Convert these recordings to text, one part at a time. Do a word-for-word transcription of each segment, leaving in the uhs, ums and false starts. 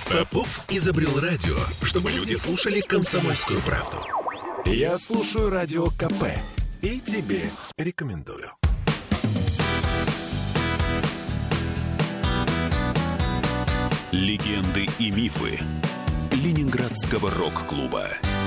Попов изобрел радио, чтобы люди слушали «Комсомольскую правду». Я слушаю Радио КП и тебе рекомендую. Легенды и мифы Ленинградского рок-клуба.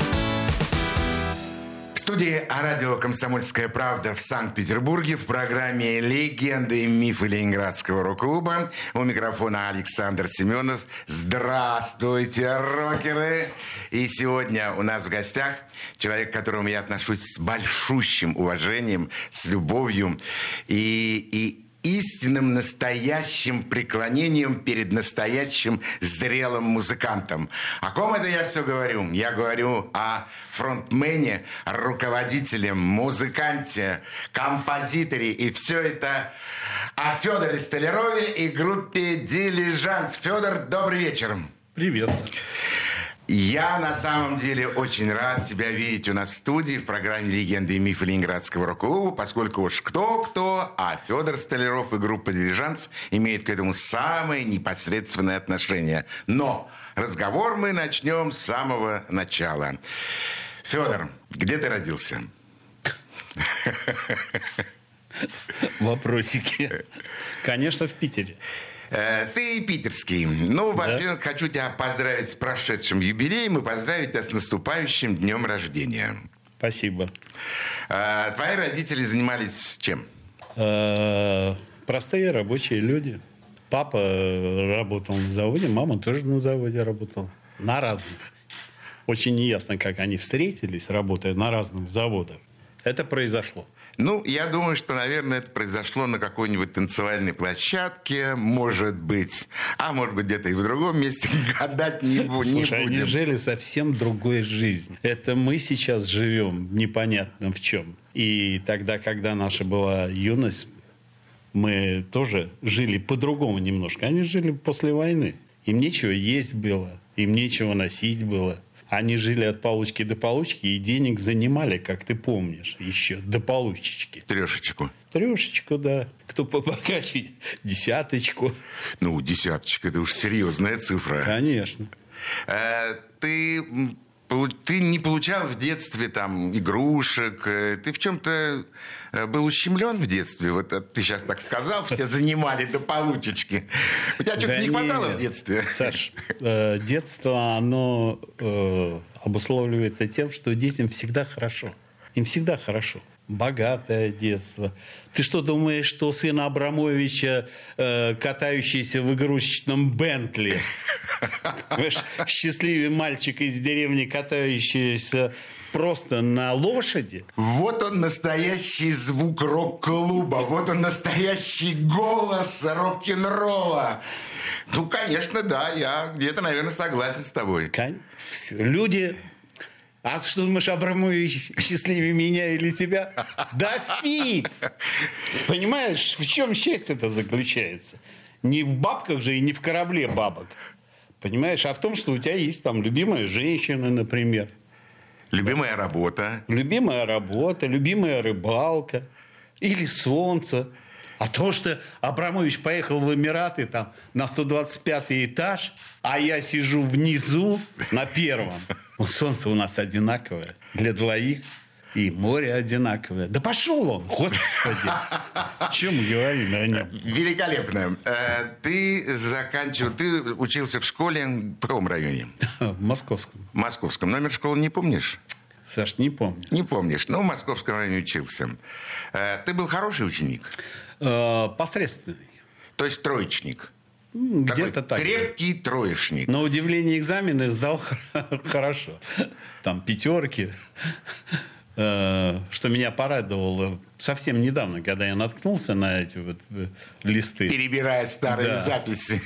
В студии радио «Комсомольская правда» в Санкт-Петербурге в программе «Легенды и мифы Ленинградского рок-клуба». У микрофона Александр Семенов. Здравствуйте, рокеры! И сегодня у нас в гостях человек, к которому я отношусь с большущим уважением, с любовью и... и истинным настоящим преклонением перед настоящим зрелым музыкантом. О ком это я все говорю? Я говорю о фронтмене, руководителе, музыканте, композиторе. И все это о Федоре Столярове и группе «Дилижанс». Федор, добрый вечер. Привет. Я на самом деле очень рад тебя видеть у нас в студии в программе «Легенды и мифы Ленинградского рок-клуба», поскольку уж кто-кто, а Федор Столяров и группа «Дилижанс» имеют к этому самое непосредственное отношение. Но разговор мы начнем с самого начала. Федор, где ты родился? Вопросики. Конечно, в Питере. Ты питерский. Ну, Да. во-первых, хочу тебя поздравить с прошедшим юбилеем и поздравить тебя с наступающим днем рождения. Спасибо. А, твои родители занимались чем? Э, Простые рабочие люди. Папа работал на заводе, мама тоже на заводе работала. На разных. Очень неясно, как они встретились, работая на разных заводах. Это произошло. Ну, я думаю, что, наверное, это произошло на какой-нибудь танцевальной площадке, может быть, а может быть, где-то и в другом месте, гадать не, бу- не Слушай, будем. они жили совсем другой жизнью. Это мы сейчас живем непонятно в чем. И тогда, когда наша была юность, мы тоже жили по-другому немножко. Они жили после войны. Им нечего есть было, им нечего носить было. Они жили от получки до получки и денег занимали, как ты помнишь, еще до получечки. Трешечку. Трешечку, да. Кто побогаче, десяточку. Ну, десяточка, это уж серьезная цифра. Конечно. Э, ты, м, полу- ты не получал в детстве там игрушек, э, ты в чем-то э, был ущемлен в детстве? Вот э, ты сейчас так сказал, все занимали до получечки. У тебя что-то Да не хватало нет, в детстве? Саш, э, детство, оно э, обусловливается тем, что детям всегда хорошо. Им всегда хорошо. Богатое детство. Ты что думаешь, что сын Абрамовича, э, катающийся в игрушечном Бентли, понимаешь, счастливый мальчик из деревни, катающийся просто на лошади? Вот он настоящий звук рок-клуба, вот он настоящий голос рок-н-ролла. Ну, конечно, да, я где-то, наверное, согласен с тобой. Кон- Люди... А что думаешь, Абрамович счастливее меня или тебя? Да фиг! Понимаешь, в чем счастье-то заключается? Не в бабках же и не в корабле бабок. Понимаешь? А в том, что у тебя есть там любимая женщина, например. Любимая работа. Любимая работа, любимая рыбалка. Или солнце. А то, что Абрамович поехал в Эмираты там, на сто двадцать пятый этаж, а я сижу внизу на первом. Ну, солнце у нас одинаковое для двоих. И море одинаковое. Да пошел он, господи. О чем мы говорим о нем? Великолепно. Э, Ты заканчивал, ты учился в школе в каком районе? В московском. В московском. Номер школы не помнишь? Саш, не помню. Не помнишь. Ну, в московском районе учился. Э, Ты был хороший ученик? Э, посредственный. То есть троечник? М, Такой Где-то так. крепкий троечник. На удивление экзамены сдал хорошо. Там пятерки. Э, Что меня порадовало совсем недавно, когда я наткнулся на эти вот э, листы. Перебирая старые Да. записи.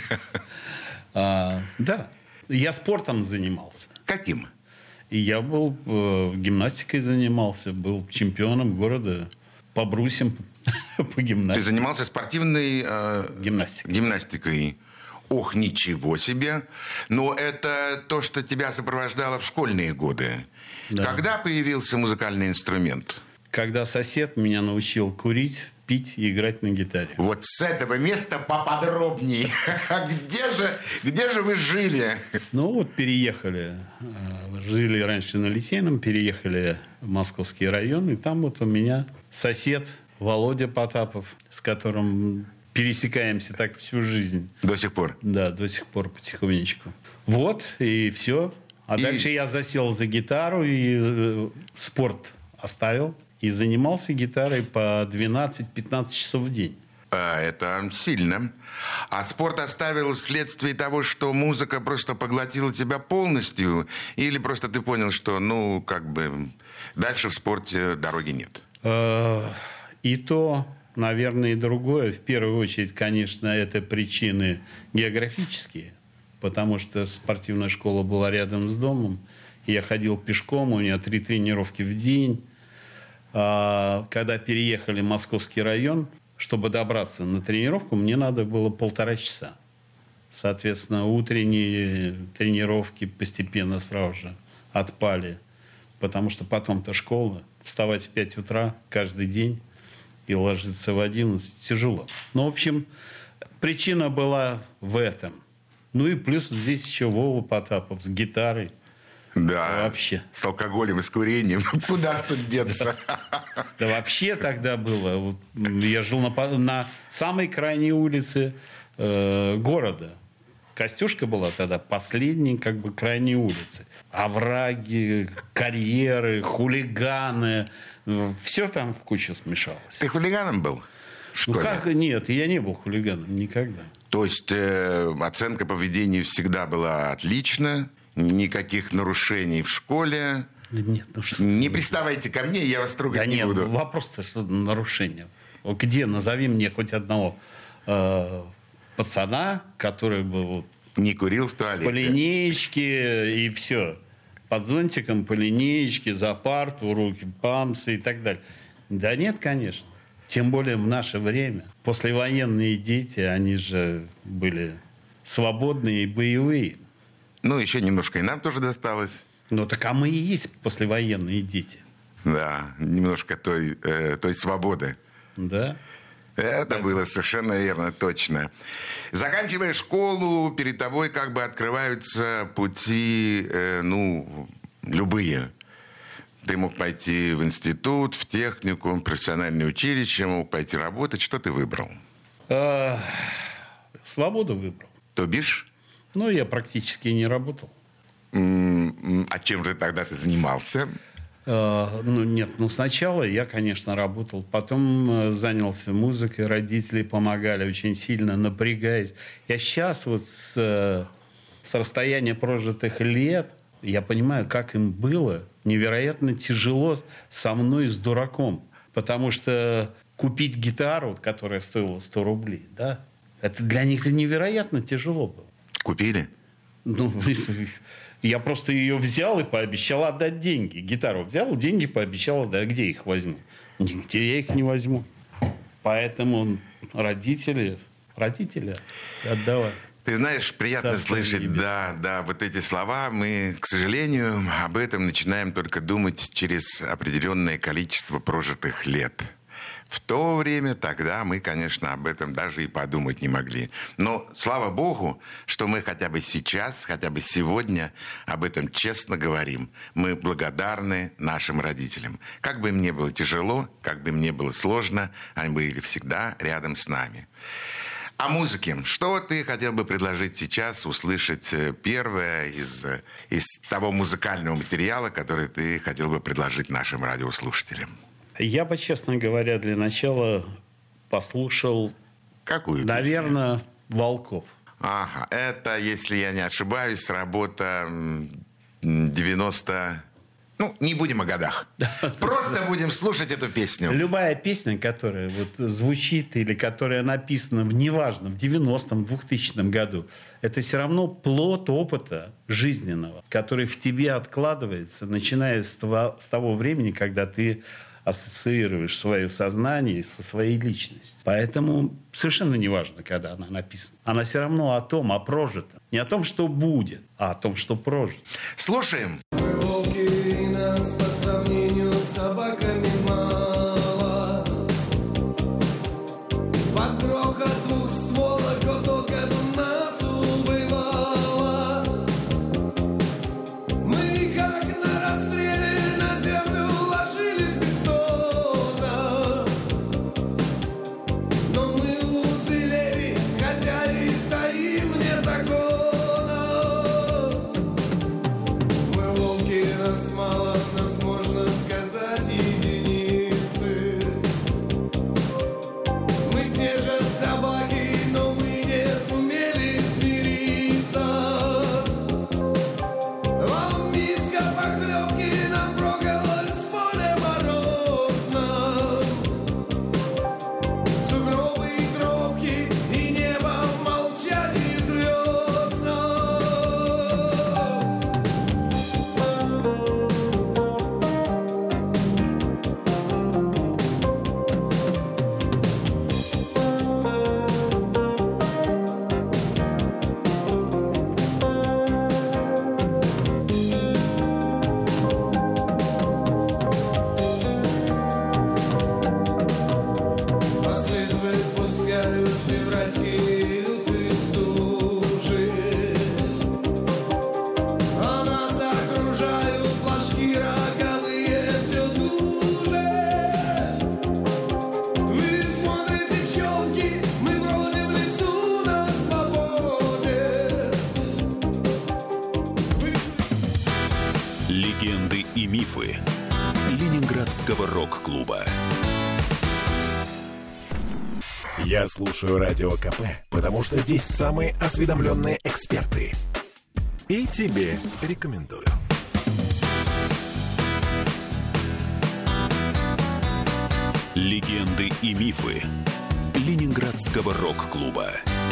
А, Да, я спортом занимался. Каким? И я был э, гимнастикой занимался, был чемпионом города по брусьям по Ты гимнастике. занимался спортивной э, Гимнастикой. гимнастикой. Ох, ничего себе. Но это то, что тебя сопровождало в школьные годы. Да. Когда появился музыкальный инструмент? Когда сосед меня научил курить пить и играть на гитаре. Вот с этого места поподробнее. Где же, где же вы жили? Ну, вот переехали. Жили раньше на Литейном, переехали в Московский район. И там вот у меня сосед Володя Потапов, с которым пересекаемся так всю жизнь. До сих пор? Да, до сих пор потихонечку. Вот, и все. А и... дальше я засел за гитару и э, спорт оставил. И занимался гитарой по двенадцать-пятнадцать часов в день. А, это сильно. А спорт оставил вследствие того, что музыка просто поглотила тебя полностью? Или просто ты понял, что, ну, как бы, дальше в спорте дороги нет? И то, наверное, и другое. В первую очередь, конечно, это причины географические. Потому что спортивная школа была рядом с домом. Я ходил пешком, у меня три тренировки в день. Когда переехали в Московский район, чтобы добраться на тренировку, мне надо было полтора часа. Соответственно, утренние тренировки постепенно сразу же отпали. Потому что потом-то школа. Вставать в пять утра каждый день и ложиться в одиннадцать тяжело. Ну, в общем, причина была в этом. Ну и плюс здесь еще Вова Потапов с гитарой. Да, вообще. С алкоголем и с курением. Куда тут деться? Да вообще тогда было. Я жил на, на самой крайней улице э, города. Костюшка была тогда последней, как бы, крайней улицы. Овраги, карьеры, хулиганы. Все там в кучу смешалось. Ты хулиганом был в школе? Ну как? Нет, я не был хулиганом никогда. То есть э, оценка поведения всегда была отличная? Никаких нарушений в школе? Да нет, ну что... Не приставайте ко мне, я вас трогать да не нет, буду. Вопрос-то, что нарушение. Где? Назови мне хоть одного э, пацана, который бы вот, не курил в туалете. По линеечке и все. Под зонтиком, по линеечке, за парту, руки, памсы и так далее. Да нет, конечно. Тем более в наше время. Послевоенные дети, они же были свободные и боевые. Ну, еще немножко и нам тоже досталось. Ну, так а мы и есть послевоенные дети. Да, немножко той, э, той свободы. Да. Это так. Было совершенно верно, точно. Заканчивая школу, перед тобой как бы открываются пути, э, ну, любые. Ты мог пойти в институт, в техникум, в профессиональное училище, мог пойти работать. Что ты выбрал? А, свободу выбрал. То бишь? Ну, я практически не работал. А чем же тогда ты занимался? Uh, ну, нет, ну, сначала я, конечно, работал. Потом uh, занялся музыкой. Родители помогали очень сильно, напрягаясь. Я сейчас вот с, uh, с расстояния прожитых лет, я понимаю, как им было невероятно тяжело со мной, с дураком. Потому что купить гитару, которая стоила сто рублей, да, это для них невероятно тяжело было. Купили? Ну, я просто ее взял и пообещал отдать деньги. Гитару взял, деньги пообещал отдать. Где их возьму? Нигде я их не возьму. Поэтому родители, родители отдавали. Ты знаешь, приятно Царство слышать, небес. да, да, вот эти слова. Мы, к сожалению, об этом начинаем только думать через определенное количество прожитых лет. В то время, тогда мы, конечно, об этом даже и подумать не могли. Но, слава Богу, что мы хотя бы сейчас, хотя бы сегодня об этом честно говорим. Мы благодарны нашим родителям. Как бы им ни было тяжело, как бы им ни было сложно, они были всегда рядом с нами. О музыке. Что ты хотел бы предложить сейчас, услышать первое из, из того музыкального материала, который ты хотел бы предложить нашим радиослушателям? Я бы, честно говоря, для начала послушал, какую песню? Наверное, «Волков». Ага, это, если я не ошибаюсь, работа девяносто... Ну, не будем о годах. Просто будем слушать эту песню. Любая песня, которая вот звучит или которая написана, в, неважно, в девяностом, двухтысячном году, это все равно плод опыта жизненного, который в тебе откладывается, начиная с того, с того времени, когда ты ассоциируешь свое сознание со своей личностью. Поэтому совершенно не важно, когда она написана. Она все равно о том, о прожитом. Не о том, что будет, а о том, что прожито. Слушаем. По сравнению с собаками мало. мифы Ленинградского рок-клуба. Я слушаю Радио КП, потому что здесь самые осведомленные эксперты. И тебе рекомендую. Легенды и мифы Ленинградского рок-клуба.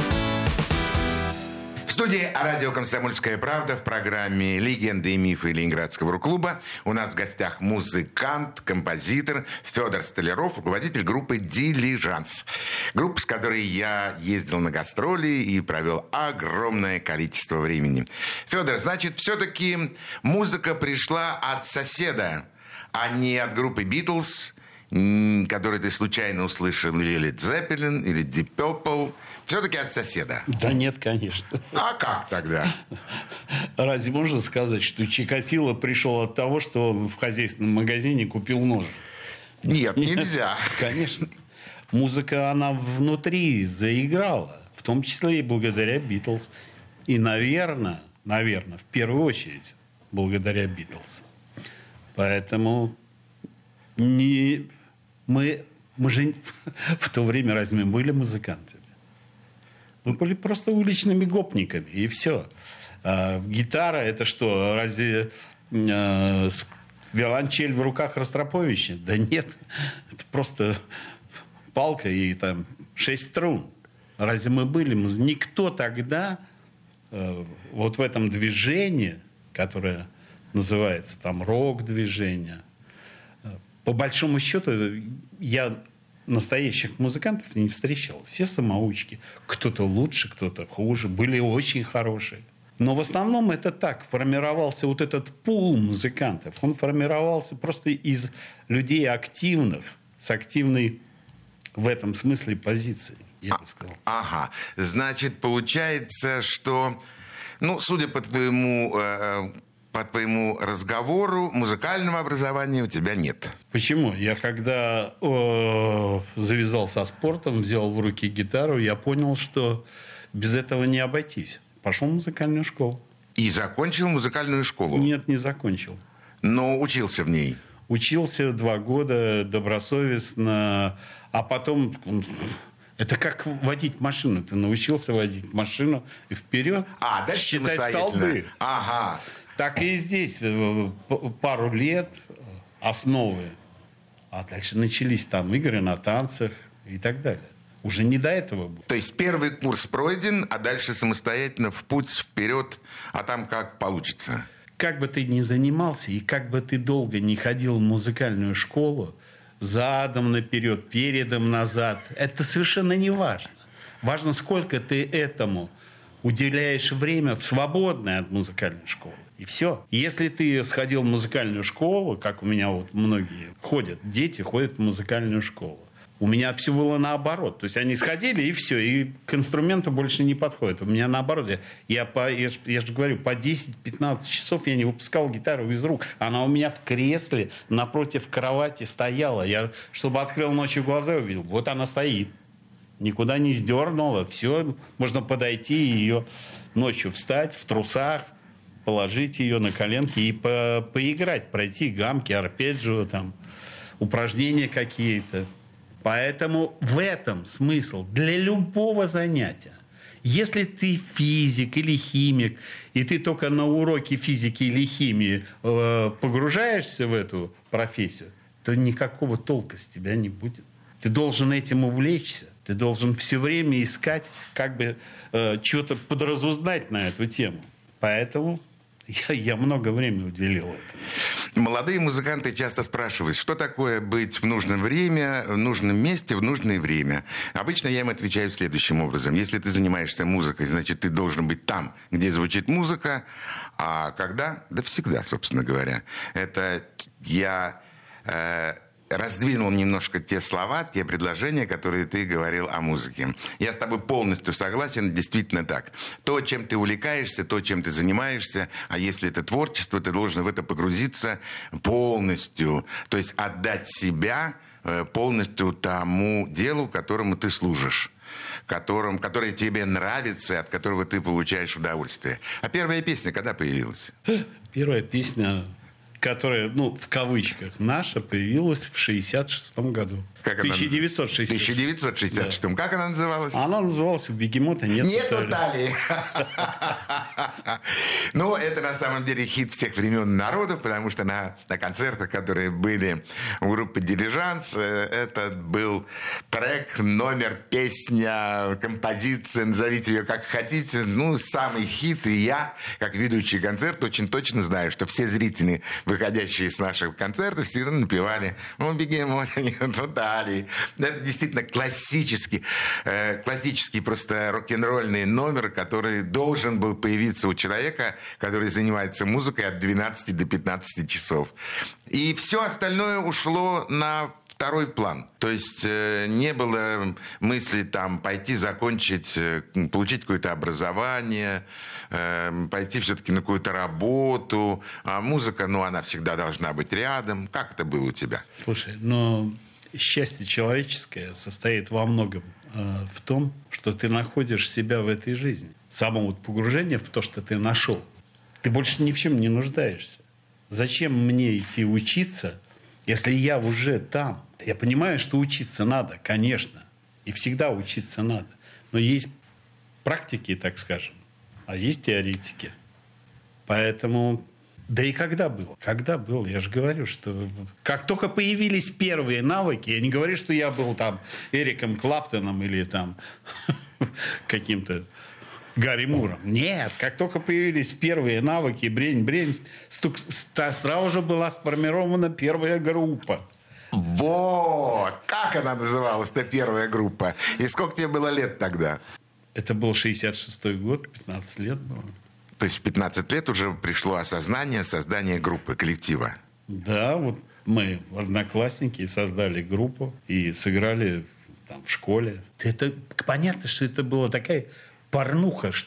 В студии радио «Комсомольская правда» в программе «Легенды и мифы Ленинградского рок-клуба» у нас в гостях музыкант, композитор Федор Столяров, руководитель группы «Дилижанс». Группа, с которой я ездил на гастроли и провел огромное количество времени. Федор, значит, все-таки музыка пришла от соседа, а не от группы «Битлз», который ты случайно услышал, или Led Zeppelin, или Deep Purple. Все-таки от соседа. Да нет, конечно. А как тогда? Разве можно сказать, что Чикатило пришел от того, что он в хозяйственном магазине купил нож? Нет, нельзя. Конечно. Музыка, она внутри заиграла. В том числе и благодаря Битлз. И, наверное, наверное, в первую очередь, благодаря Битлз. Поэтому не... мы, мы же в то время разве мы были музыкантами? Мы были просто уличными гопниками, и все. А гитара – это что, разве э, виолончель в руках Ростроповича? Да нет, это просто палка и там шесть струн. Разве мы были? Никто тогда э, вот в этом движении, которое называется там рок-движение, э, по большому счету я... настоящих музыкантов не встречал. Все самоучки. Кто-то лучше, кто-то хуже. Были очень хорошие. Но в основном это так. Формировался вот этот пул музыкантов. Он формировался просто из людей активных, с активной в этом смысле позицией, я бы сказал. Ага. Значит, получается, что, ну, судя по твоему... Э, по твоему разговору, музыкального образования у тебя нет. Почему? Я когда э, завязал со спортом, взял в руки гитару, я понял, что без этого не обойтись. Пошел в музыкальную школу. И закончил музыкальную школу? Нет, не закончил. Но учился в ней? Учился два года добросовестно, а потом... Это как водить машину. Ты научился водить машину и вперед а, считать столбы. Ага. Так и здесь пару лет основы. А дальше начались там игры на танцах и так далее. Уже не до этого было. То есть первый курс пройден, а дальше самостоятельно в путь вперед, а там как получится? Как бы ты ни занимался, и как бы ты долго не ходил в музыкальную школу, задом наперед, передом назад, это совершенно не важно. Важно, сколько ты этому уделяешь время в свободное от музыкальной школы. И все. Если ты сходил в музыкальную школу, как у меня вот многие ходят, дети ходят в музыкальную школу. У меня все было наоборот. То есть они сходили, и все. И к инструменту больше не подходит. У меня наоборот. Я, я, по, я, я же говорю, по десять-пятнадцать часов я не выпускал гитару из рук. Она у меня в кресле напротив кровати стояла. Я, чтобы открыл ночью глаза, увидел. Вот она стоит. Никуда не сдернула. Все. Можно подойти и ее ночью встать в трусах, положить ее на коленки и по, поиграть, пройти гамки, арпеджио, там, упражнения какие-то. Поэтому в этом смысл для любого занятия. Если ты физик или химик, и ты только на уроке физики или химии э, погружаешься в эту профессию, то никакого толка с тебя не будет. Ты должен этим увлечься. Ты должен все время искать, как бы э, что-то подразузнать на эту тему. Поэтому я, я много времени уделил этому. Молодые музыканты часто спрашивают, что такое быть в нужное время, в нужном месте, в нужное время. Обычно я им отвечаю следующим образом. Если ты занимаешься музыкой, значит, ты должен быть там, где звучит музыка. А когда? Да всегда, собственно говоря. Это я... Э, раздвинул немножко те слова, те предложения, которые ты говорил о музыке. Я с тобой полностью согласен, действительно так. То, чем ты увлекаешься, то, чем ты занимаешься, а если это творчество, ты должен в это погрузиться полностью. То есть отдать себя полностью тому делу, которому ты служишь, которым, которое тебе нравится, от которого ты получаешь удовольствие. А первая песня когда появилась? Первая песня... которая, ну, в кавычках, наша, появилась в шестьдесят шестом году. Как в тысяча девятьсот шестьдесят шестом. тысяча девятьсот шестьдесят шестом. Да. Как она называлась? Она называлась «У бегемота нет Нету талии. Ну, это на самом деле хит всех времен и народов, потому что на, на концертах, которые были у группы «Дилижанс», это был трек, номер, песня, композиция, назовите ее как хотите, ну, самый хит. И я, как ведущий концерт, очень точно знаю, что все зрители, выходящие с наших концертов, всегда напевали «У бегемота нету талии». Это действительно классический, э, классический просто рок-н-ролльный номер, который должен был появиться у человека, который занимается музыкой от двенадцати до пятнадцати часов. И все остальное ушло на второй план. То есть э, не было мысли там пойти закончить, э, получить какое-то образование, э, пойти все-таки на какую-то работу. А музыка, ну, она всегда должна быть рядом. Как это было у тебя? Слушай, ну... Счастье человеческое состоит во многом э, в том, что ты находишь себя в этой жизни. Само вот погружение в то, что ты нашел. Ты больше ни в чем не нуждаешься. Зачем мне идти учиться, если я уже там? Я понимаю, что учиться надо, конечно. И всегда учиться надо. Но есть практики, так скажем, а есть теоретики. Поэтому... Да и когда было? Когда было? Я же говорю, что как только появились первые навыки, я не говорю, что я был там Эриком Клаптоном или там каким-то Гарри Муром. Нет, как только появились первые навыки, брень-брень, стук, сразу же была сформирована первая группа. Вот! Как она называлась-то, первая группа? И сколько тебе было лет тогда? Это был шестьдесят шестой год, пятнадцать лет было. То есть в пятнадцать лет уже пришло осознание создания группы, коллектива. Да, вот мы, одноклассники, создали группу и сыграли там в школе. Это понятно, что это была такая порнуха, что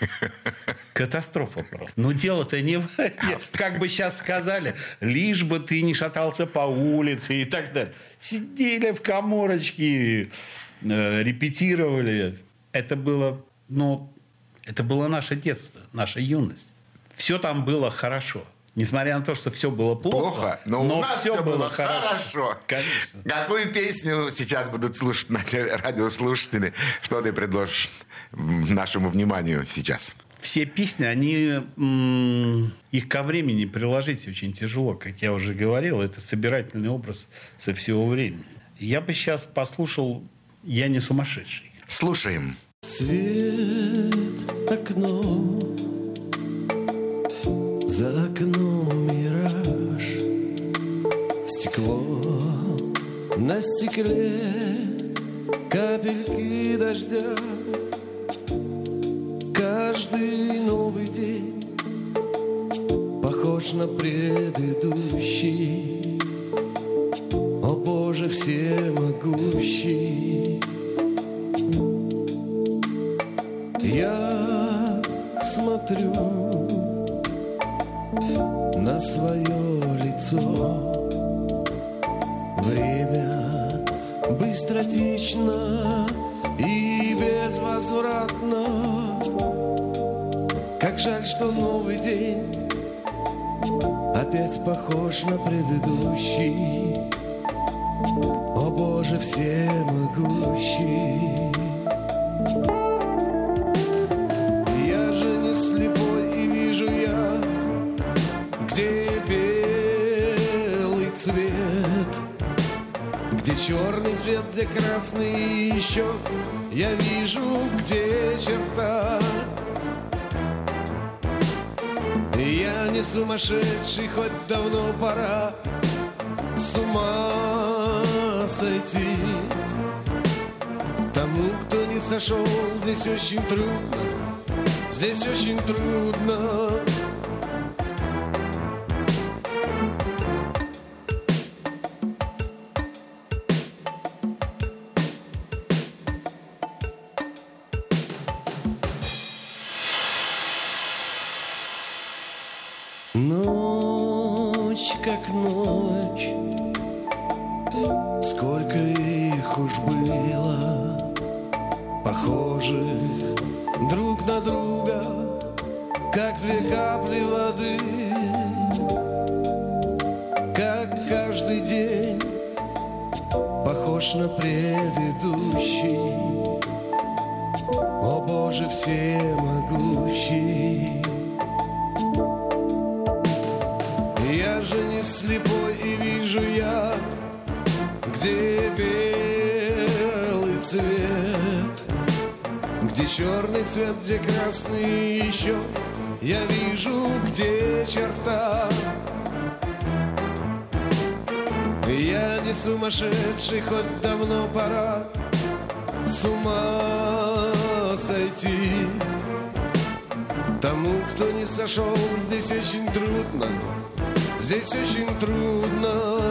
катастрофа просто. Но дело-то не в... Как бы сейчас сказали, лишь бы ты не шатался по улице и так далее. Сидели в каморочке, репетировали. Это было, ну... Это было наше детство, наша юность. Все там было хорошо. Несмотря на то, что все было плохо. Плохо, но, но у нас все, все было, было хорошо. хорошо. Конечно. Какую песню сейчас будут слушать радиослушатели? Что ты предложишь нашему вниманию сейчас? Все песни, они... М- их ко времени приложить очень тяжело. Как я уже говорил, это собирательный образ со всего времени. Я бы сейчас послушал «Я не сумасшедший». Слушаем. Свет, окно, за окном мираж, стекло, на стекле капельки дождя. Каждый новый день похож на предыдущий. О Боже всемогущий, я смотрю на свое лицо. Время быстротечно и безвозвратно. Как жаль, что новый день опять похож на предыдущий. О Боже всемогущий, где черный цвет, где красный еще. Я вижу, где черта. Я не сумасшедший, хоть давно пора с ума сойти. Тому, кто не сошел, здесь очень трудно, здесь очень трудно. Ночь, как ночь, сколько их уж было, похожих друг на друга, как две капли воды. похож на предыдущий. О Боже всемогущий, я же не слепой и вижу я, где белый цвет, где черный цвет, где красный еще. Я вижу, где черта. Я не сумасшедший, хоть давно пора с ума сойти. Тому, кто не сошел, здесь очень трудно, здесь очень трудно.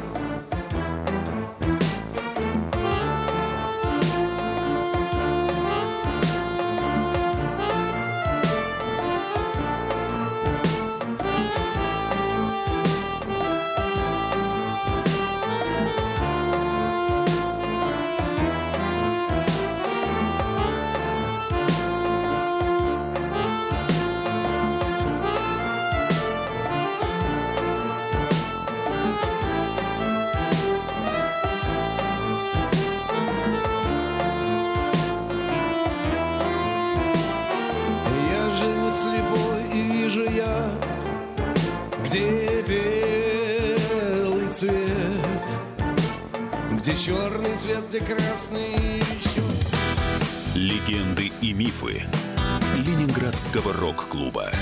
Где черный цвет, где красный еще. Легенды и мифы Ленинградского рок-клуба.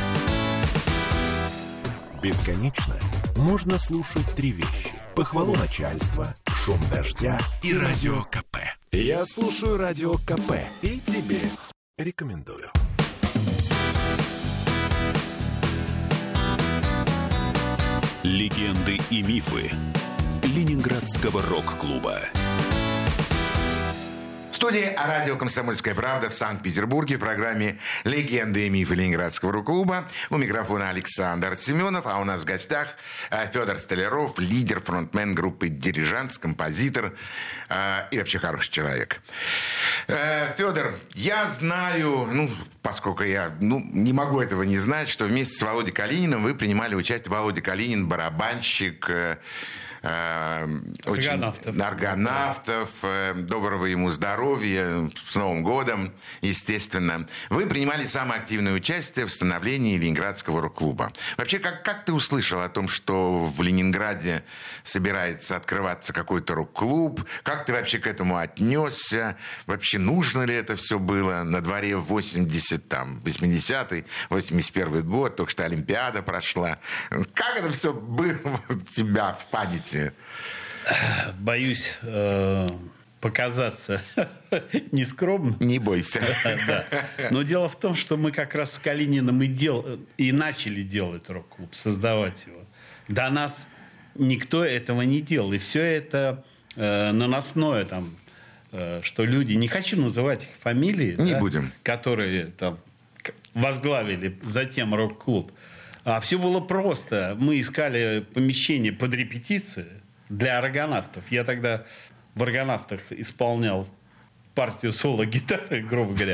Бесконечно можно слушать три вещи: похвалу начальства, шум дождя и радио КП. Я слушаю радио КП и тебе рекомендую. Легенды и мифы Ленинградского рок-клуба. В студии радио «Комсомольская правда» в Санкт-Петербурге в программе «Легенды и мифы Ленинградского рок-клуба». У микрофона Александр Семенов, а у нас в гостях Федор Столяров, лидер, фронтмен группы «Дирижанс», композитор э, и вообще хороший человек. Э, Федор, я знаю, ну, поскольку я ну, не могу этого не знать, что вместе с Володей Калининым вы принимали участие. Володя Калинин, барабанщик, э, очень Аргонавтов. Аргонавтов. Доброго ему здоровья. С Новым годом, естественно. Вы принимали самое активное участие в становлении Ленинградского рок-клуба. Вообще, как, как ты услышал о том, что в Ленинграде собирается открываться какой-то рок-клуб? Как ты вообще к этому отнесся? Вообще, нужно ли это все было? На дворе восемьдесят, там, восьмидесятый, восемьдесят первый год, только что Олимпиада прошла. Как это все было у тебя в памяти? Боюсь э, показаться нескромным. Не бойся. Да. Но дело в том, что мы как раз с Калининым и, дел... и начали делать рок-клуб, создавать его. До нас никто этого не делал. И все это э, наносное, там, э, что люди... Не хочу называть их фамилии. Не да, будем. Которые там возглавили затем рок-клуб. А все было просто. Мы искали помещение под репетицию для аргонавтов. Я тогда в аргонавтах исполнял партию соло-гитары, грубо говоря.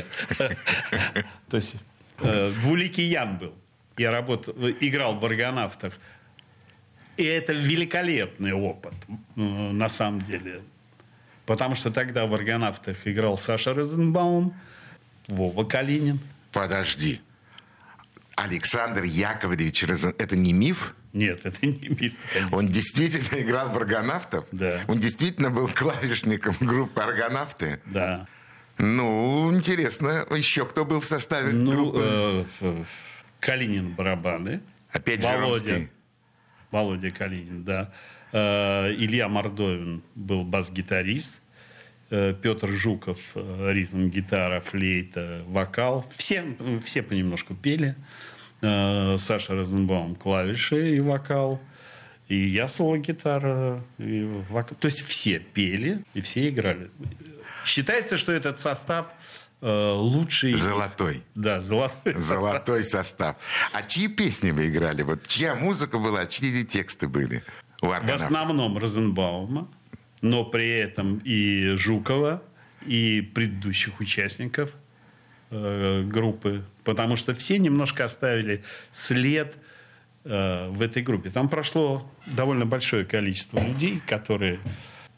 То есть двуликий Ян был. Я работал, играл в аргонавтах. И это великолепный опыт, на самом деле. Потому что тогда в аргонавтах играл Саша Розенбаум, Вова Калинин. Подожди. Александр Яковлевич Розенбаум. Это не миф? Нет, это не миф. Конечно. Он действительно играл в аргонавтов? Да. Он действительно был клавишником группы «Аргонавты»? Да. Ну, интересно. Еще кто был в составе ну, группы? Э, Калинин барабаны. Опять Володя. Жеромский. Володя Калинин, да. Э, Илья Мордовин был бас-гитарист. Э, Петр Жуков, э, ритм-гитара, флейта, вокал. Все, все понемножку пели. Э, Саша Розенбаум клавиши и вокал. И я соло-гитара. И вокал. То есть все пели и все играли. Считается, что этот состав э, лучший... Золотой. Да, золотой состав. Золотой состав. А чьи песни вы играли? Вот чья музыка была, чьи тексты были у В аргонавтов? основном Розенбаума, но при этом и Жукова, и предыдущих участников э, группы. Потому что все немножко оставили след э, в этой группе. Там прошло довольно большое количество людей, которые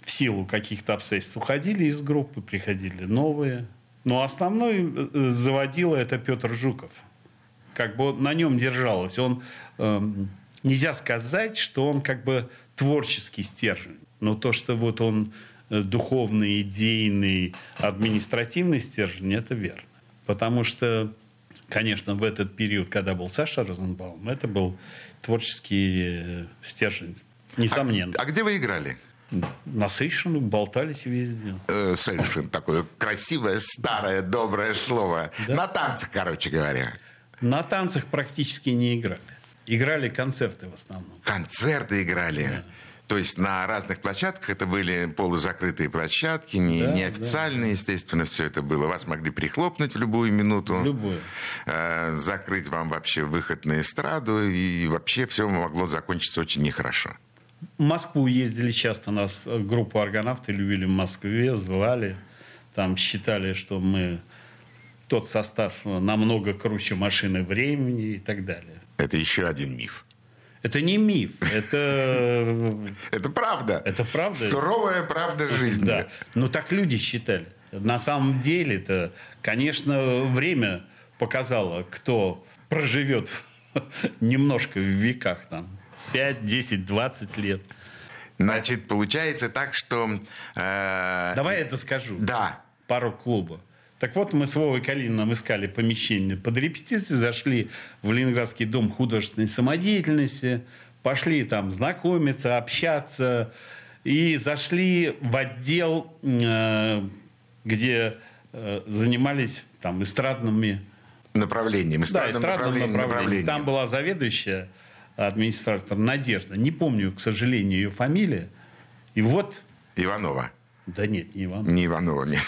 в силу каких-то обстоятельств уходили из группы, приходили новые. Но основной заводила это Петр Жуков. Как бы на нем держалось. Он, э, нельзя сказать, что он как бы творческий стержень. Но то, что вот он духовный, идейный, административный стержень, это верно. Потому что, конечно, в этот период, когда был Саша Розенбаум, это был творческий стержень, несомненно. А, а где вы играли? Насыщенно, болтались везде. Э, совершенно такое красивое, старое, доброе слово. Да? На танцах, короче говоря. На танцах практически не играли. Играли концерты в основном. Концерты играли? Да. То есть на разных площадках это были полузакрытые площадки, не, да, неофициальные, да. Естественно, все это было. Вас могли прихлопнуть в любую минуту. В любую. Э, закрыть вам вообще выход на эстраду. И вообще все могло закончиться очень нехорошо. В Москву ездили часто, нас группу «Аргонавты» любили в Москве, звали. Там считали, что мы тот состав намного круче «Машины времени» и так далее. Это еще один миф. Это не миф, это... Это правда. Это правда. Суровая правда жизни. Да, но так люди считали. На самом деле, это, конечно, время показало, кто проживет немножко в веках там. пять, десять, двадцать лет. Значит, получается так, что... Э... Давай я это скажу. Да. Пару клуба. Так вот, мы с Вовой Калининым искали помещение под репетиции, зашли в Ленинградский дом художественной самодеятельности, пошли там знакомиться, общаться, и зашли в отдел, э, где э, занимались там эстрадными... Направлением. Да, эстрадным направлением. направлением. Там была заведующая, администратор Надежда. Не помню, к сожалению, ее фамилия. И вот... Иванова. Да нет, не Иванова. Не Иванова, нет.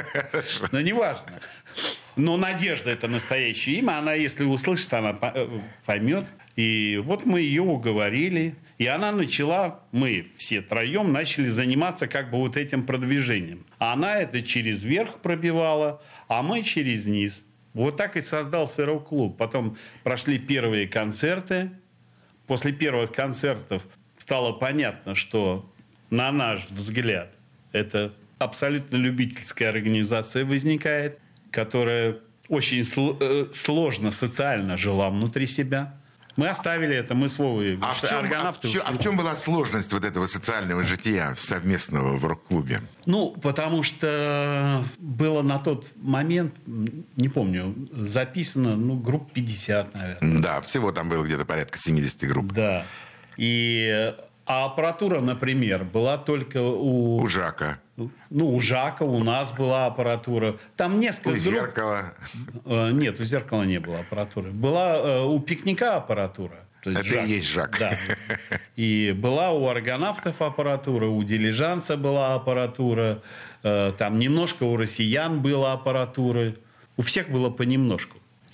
Но не важно. Но Надежда — это настоящее имя. Она, если услышит, она поймет. И вот мы ее уговорили. И она начала, мы все троем начали заниматься как бы вот этим продвижением. Она это через верх пробивала, а мы через низ. Вот так и создался рок-клуб. Потом прошли первые концерты. После первых концертов стало понятно, что, на наш взгляд, это абсолютно любительская организация возникает, которая очень сл- сложно социально жила внутри себя. Мы оставили это, мы с Вовой. А в, чем, а, в чем, а в чем была сложность вот этого социального жития совместного в рок-клубе? Ну, потому что было на тот момент, не помню, записано, ну, групп пятьдесят, наверное. Да, всего там было где-то порядка семьдесят групп. Да. И... А аппаратура, например, была только у... У Жака. Ну, у Жака, у нас была аппаратура. Там несколько... У групп... Зеркала. Нет, у Зеркала не было аппаратуры. Была у Пикника аппаратура. То есть Это Жак. И есть Жак. Да. И была у Аргонавтов аппаратура, у Дилижанса была аппаратура. Там немножко у Россиян была аппаратура. У всех было понемножку.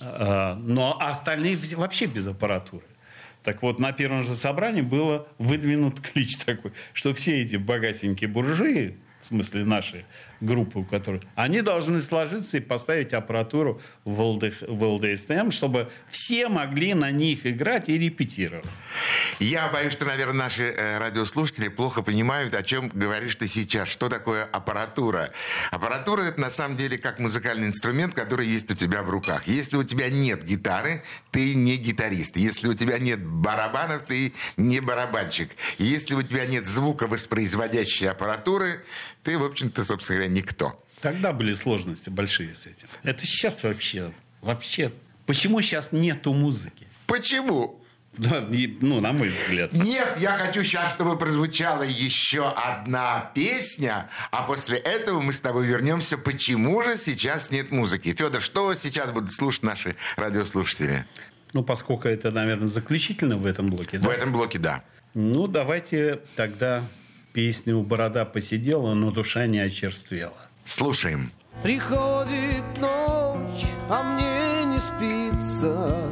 Но остальные вообще без аппаратуры. Так вот, на первом же собрании было выдвинут клич такой, что все эти богатенькие буржуи, в смысле нашей группы, у которой, они должны сложиться и поставить аппаратуру в эл дэ эс тэ эм, чтобы все могли на них играть и репетировать. Я боюсь, что, наверное, наши э, радиослушатели плохо понимают, о чем говоришь ты сейчас. Что такое аппаратура? Аппаратура — это на самом деле как музыкальный инструмент, который есть у тебя в руках. Если у тебя нет гитары, ты не гитарист. Если у тебя нет барабанов, ты не барабанщик. Если у тебя нет звуковоспроизводящей аппаратуры, ты, в общем-то, собственно говоря, никто. Тогда были сложности большие с этим. Это сейчас вообще... вообще... Почему сейчас нету музыки? Почему? Да, ну, на мой взгляд. Нет, я хочу сейчас, чтобы прозвучала еще одна песня, а после этого мы с тобой вернемся. Почему же сейчас нет музыки? Федор, что сейчас будут слушать наши радиослушатели? Ну, поскольку это, наверное, заключительно в этом блоке, да? В этом блоке, да. Ну, давайте тогда песню «Борода посидела, но душа не очерствела». Слушаем. Приходит ночь, а мне не спится.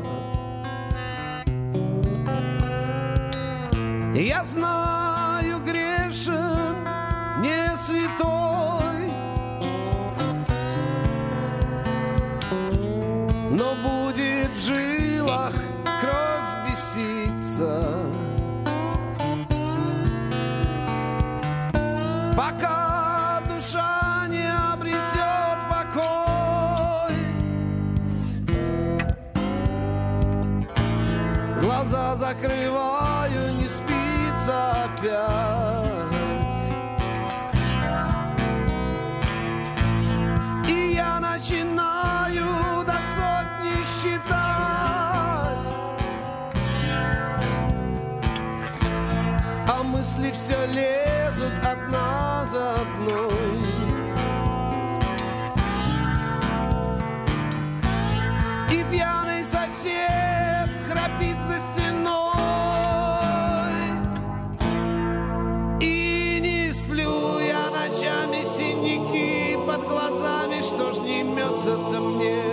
Я знаю, грешен, не святой, но будет в жилах кровь беситься. По глаза закрываю, не спится опять. И я начинаю до сотни считать, а мысли все лезут одна за одной. И пьяный сосед храпит за стеной. И не сплю я ночами, синяки под глазами. Что ж не имется-то мне?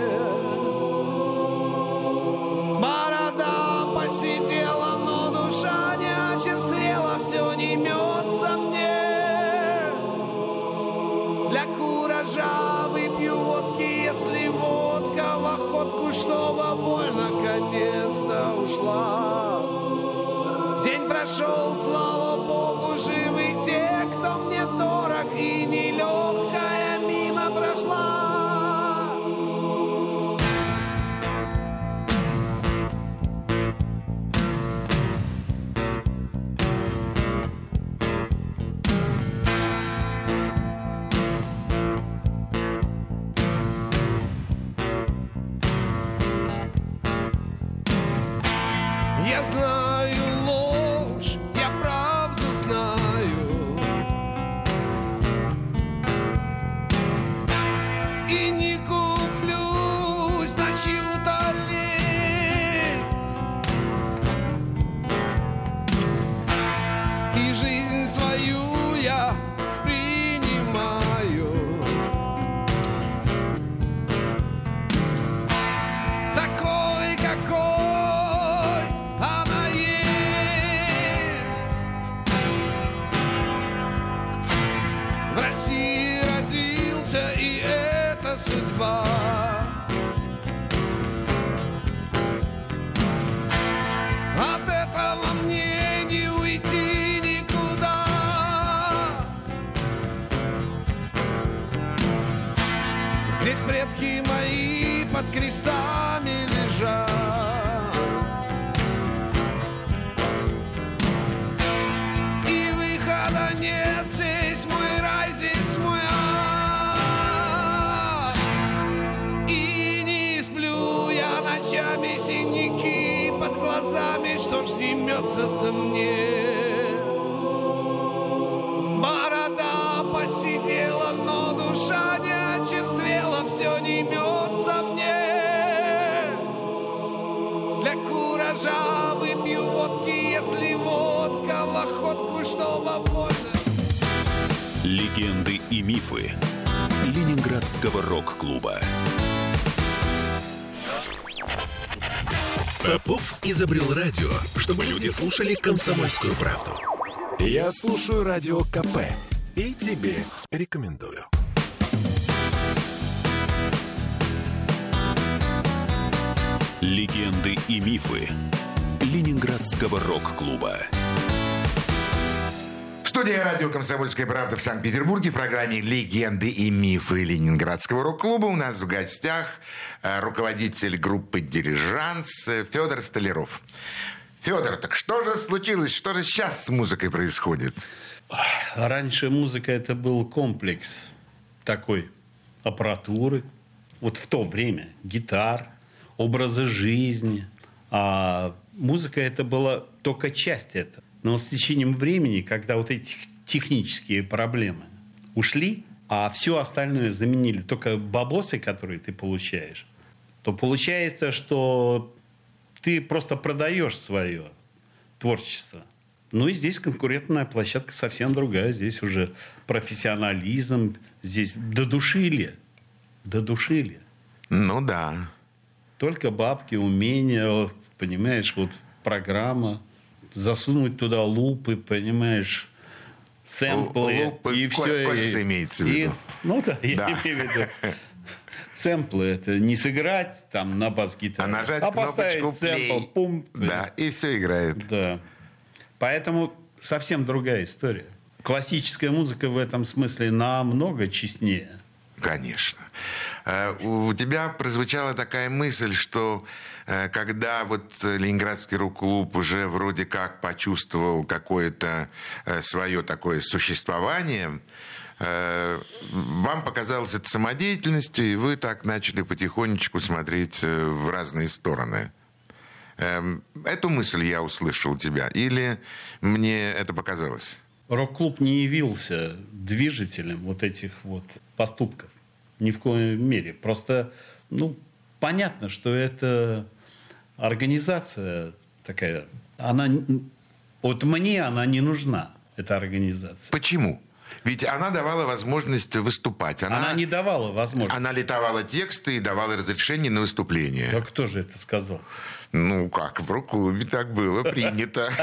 Борода посидела, но душа не очерствела. Все не имется мне. Для куража выпью водки, если водка в охотку, чтобы боль наконец-то ушла. День прошел, слава Богу, живы те, кто мне дорог, и нелегкая мимо прошла. Я знаю ложь, я правду знаю, и не куплюсь на чью-то лесть, и жизнь свою я принимаю такой, какой она есть. В России родился, и это судьба. От этого мне не уйти никуда. Здесь предки мои под крестами лежат. Нет, здесь мой рай, здесь мой ад. И не сплю я ночами, синяки под глазами. Что ж не имется-то мне? Борода посидела, но душа не очерствела. Все не имется мне. Для куража выпью водки, если водка в охотку, чтобы больно. Легенды и мифы Ленинградского рок-клуба. Попов изобрел радио, чтобы люди слушали «Комсомольскую правду». Я слушаю Радио КП и тебе рекомендую. Легенды и мифы Ленинградского рок-клуба. Студия радио «Комсомольская правда» в Санкт-Петербурге в программе «Легенды и мифы Ленинградского рок-клуба». У нас в гостях руководитель группы «Дилижанс» Федор Столяров. Федор, так что же случилось? Что же сейчас с музыкой происходит? Раньше музыка это был комплекс такой аппаратуры. Вот в то время гитар, образы жизни. А музыка это была только часть этого. Но с течением времени, когда вот эти технические проблемы ушли, а все остальное заменили только бабосы, которые ты получаешь, то получается, что ты просто продаешь свое творчество. Ну и здесь конкурентная площадка совсем другая. Здесь уже профессионализм, здесь додушили. Додушили. Ну да. Только бабки, умения, понимаешь, вот программа. Засунуть туда лупы, понимаешь, сэмплы. Лупы, и все. Кольца и, имеется в и, виду. ну да, я Да. имею в виду. Сэмплы это не сыграть там на бас-гитаре, А нажать а кнопочку поставить сэмпл, play. пум. Да, и все играет. Да. Поэтому совсем другая история. Классическая музыка в этом смысле намного честнее. Конечно. Э, У тебя прозвучала такая мысль, что когда вот Ленинградский рок-клуб уже вроде как почувствовал какое-то свое такое существование, вам показалось это самодеятельностью, и вы так начали потихонечку смотреть в разные стороны. Эту мысль я услышал у тебя, или мне это показалось? Рок-клуб не явился движителем вот этих вот поступков. Ни в коем мере. Просто, ну, понятно, что это организация такая. Она, вот мне она не нужна, эта организация. Почему? Ведь она давала возможность выступать. Она, она не давала возможность. Она литовала тексты и давала разрешение на выступление. Да кто же это сказал? Ну, как в рок-клубе так было принято.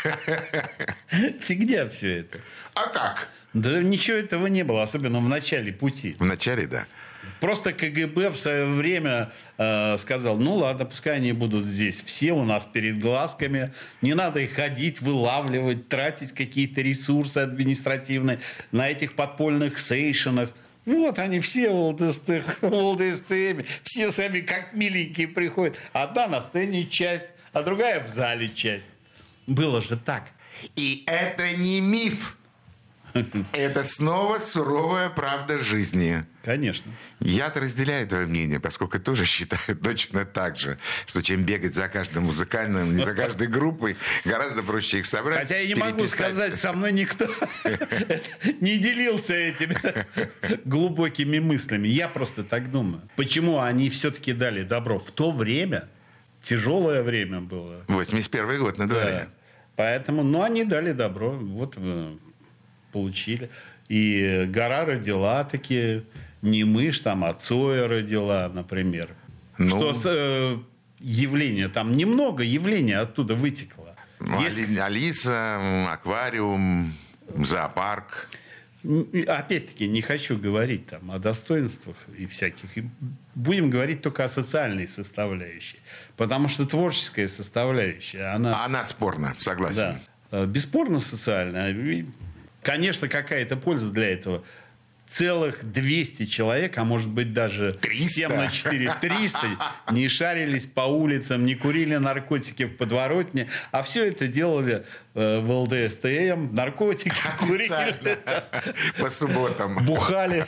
Фигня все это. А как? Да ничего этого не было, особенно в начале пути. В начале, да. Просто КГБ в свое время э, сказал, ну ладно, пускай они будут здесь все у нас перед глазками, не надо их ходить, вылавливать, тратить какие-то ресурсы административные на этих подпольных сейшенах. Вот они все в ЛДСТ, все сами как миленькие приходят. Одна на сцене часть, а другая в зале часть. Было же так. И это не миф. Это снова суровая правда жизни. Конечно. Я-то разделяю твое мнение, поскольку тоже считаю точно так же, что чем бегать за каждым музыкальным, не за каждой группой, гораздо проще их собрать. Хотя я не могу сказать, со мной никто не делился этими глубокими мыслями. Я просто так думаю. Почему они все-таки дали добро? В то время, тяжелое время было. восемьдесят первый год на дворе. Да. Поэтому, ну, они дали добро. Вот получили. И гора родила такие, не мышь, там, а Цоя родила, например. Ну, что э, явление, там немного явлений оттуда вытекло. Ну, Есть... Алиса, аквариум, зоопарк. Опять-таки, не хочу говорить там о достоинствах и всяких. Будем говорить только о социальной составляющей. Потому что творческая составляющая, она... Она спорна, согласен. Да. Бесспорно социальная. Конечно, какая-то польза для этого. Целых двести человек, а может быть даже семь на четыре триста не шарились по улицам, не курили наркотики в подворотне, а все это делали э, в ЛДСТМ, наркотики курили. По субботам. Бухали.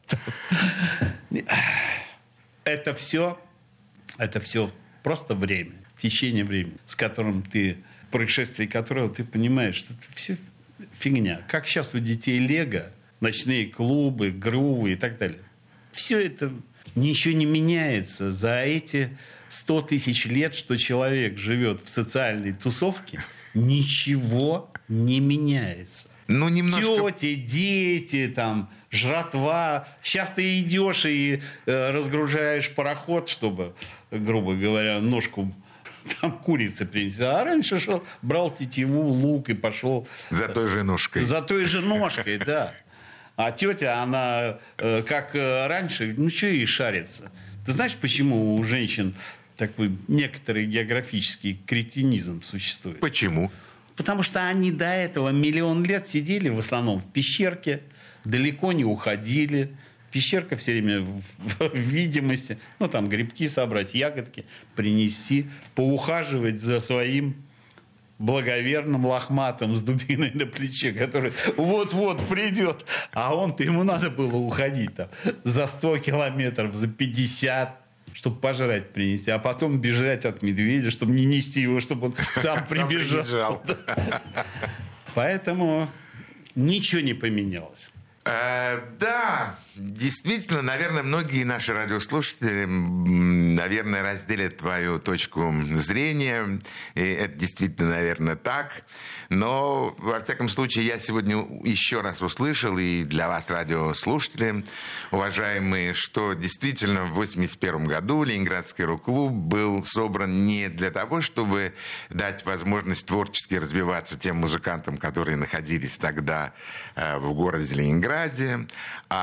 Это все, это все просто время, течение времени, с которым ты, происшествие которого ты понимаешь, что это все фигня. Как сейчас у детей Лего, ночные клубы, грувы и так далее. Все это ничего не меняется за эти сто тысяч лет, что человек живет в социальной тусовке. Ничего не меняется. Ну, немножко... Тети, дети, там, жратва. Сейчас ты идешь и э, разгружаешь пароход, чтобы, грубо говоря, ножку... Там курица принесли. А раньше шел, брал тетиву, лук и пошел... За той же ножкой. За той же ножкой, да. А тетя, она, э, как э, раньше, ну, что ей шарится? Ты знаешь, почему у женщин такой некоторый географический кретинизм существует? Почему? Потому что они до этого миллион лет сидели в основном в пещерке, далеко не уходили. Пещерка все время в, в, в видимости. Ну, там грибки собрать, ягодки принести, поухаживать за своим благоверным лохматым с дубиной на плече, который вот-вот придет. А он-то, ему надо было уходить там за сто километров, за пятьдесят, чтобы пожрать принести. А потом бежать от медведя, чтобы не нести его, чтобы он сам прибежал. Поэтому ничего не поменялось. Э, да, действительно, наверное, многие наши радиослушатели, наверное, разделят твою точку зрения. И это действительно, наверное, так. Но, во всяком случае, я сегодня еще раз услышал, и для вас, радиослушатели, уважаемые, что действительно в восемьдесят первом году Ленинградский рок-клуб был собран не для того, чтобы дать возможность творчески развиваться тем музыкантам, которые находились тогда в городе Ленинграде, а, ну,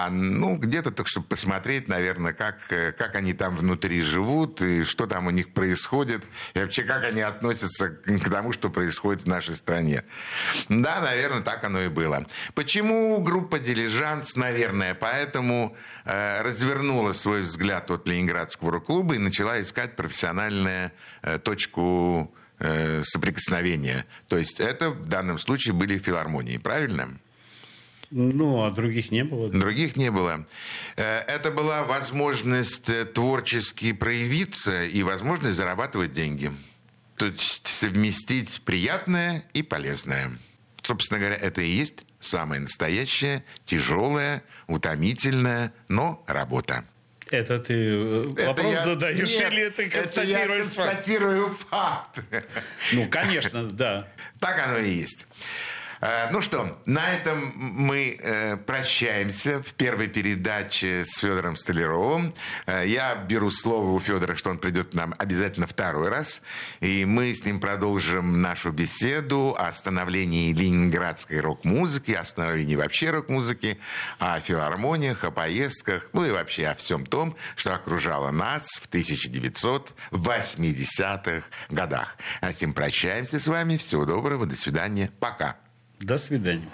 Ну, где-то так, чтобы посмотреть, наверное, как, как они там внутри живут, и что там у них происходит, и вообще, как они относятся к тому, что происходит в нашей стране. Да, наверное, так оно и было. Почему группа «Дилижанс»? Наверное, поэтому э, развернула свой взгляд от Ленинградского рок-клуба и начала искать профессиональную э, точку э, соприкосновения. То есть это в данном случае были филармонии, правильно? Ну, а других не было. Других не было. Это была возможность творчески проявиться и возможность зарабатывать деньги. То есть совместить приятное и полезное. Собственно говоря, это и есть самая настоящая, тяжелая, утомительная, но работа. Это ты это вопрос я... задаешь Нет, или ты констатируешь это я констатирую факт? Ну, конечно, да. Так оно и есть. Ну что, на этом мы э, прощаемся в первой передаче с Федором Столяровым. Я беру слово у Федора, что он придет к нам обязательно второй раз. И мы с ним продолжим нашу беседу о становлении ленинградской рок-музыки, о становлении вообще рок-музыки, о филармониях, о поездках, ну и вообще о всем том, что окружало нас в тысяча девятьсот восьмидесятых годах. А с этим прощаемся с вами. Всего доброго, до свидания, пока. До свидания.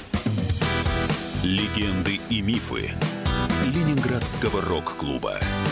Легенды и мифы Ленинградского рок-клуба.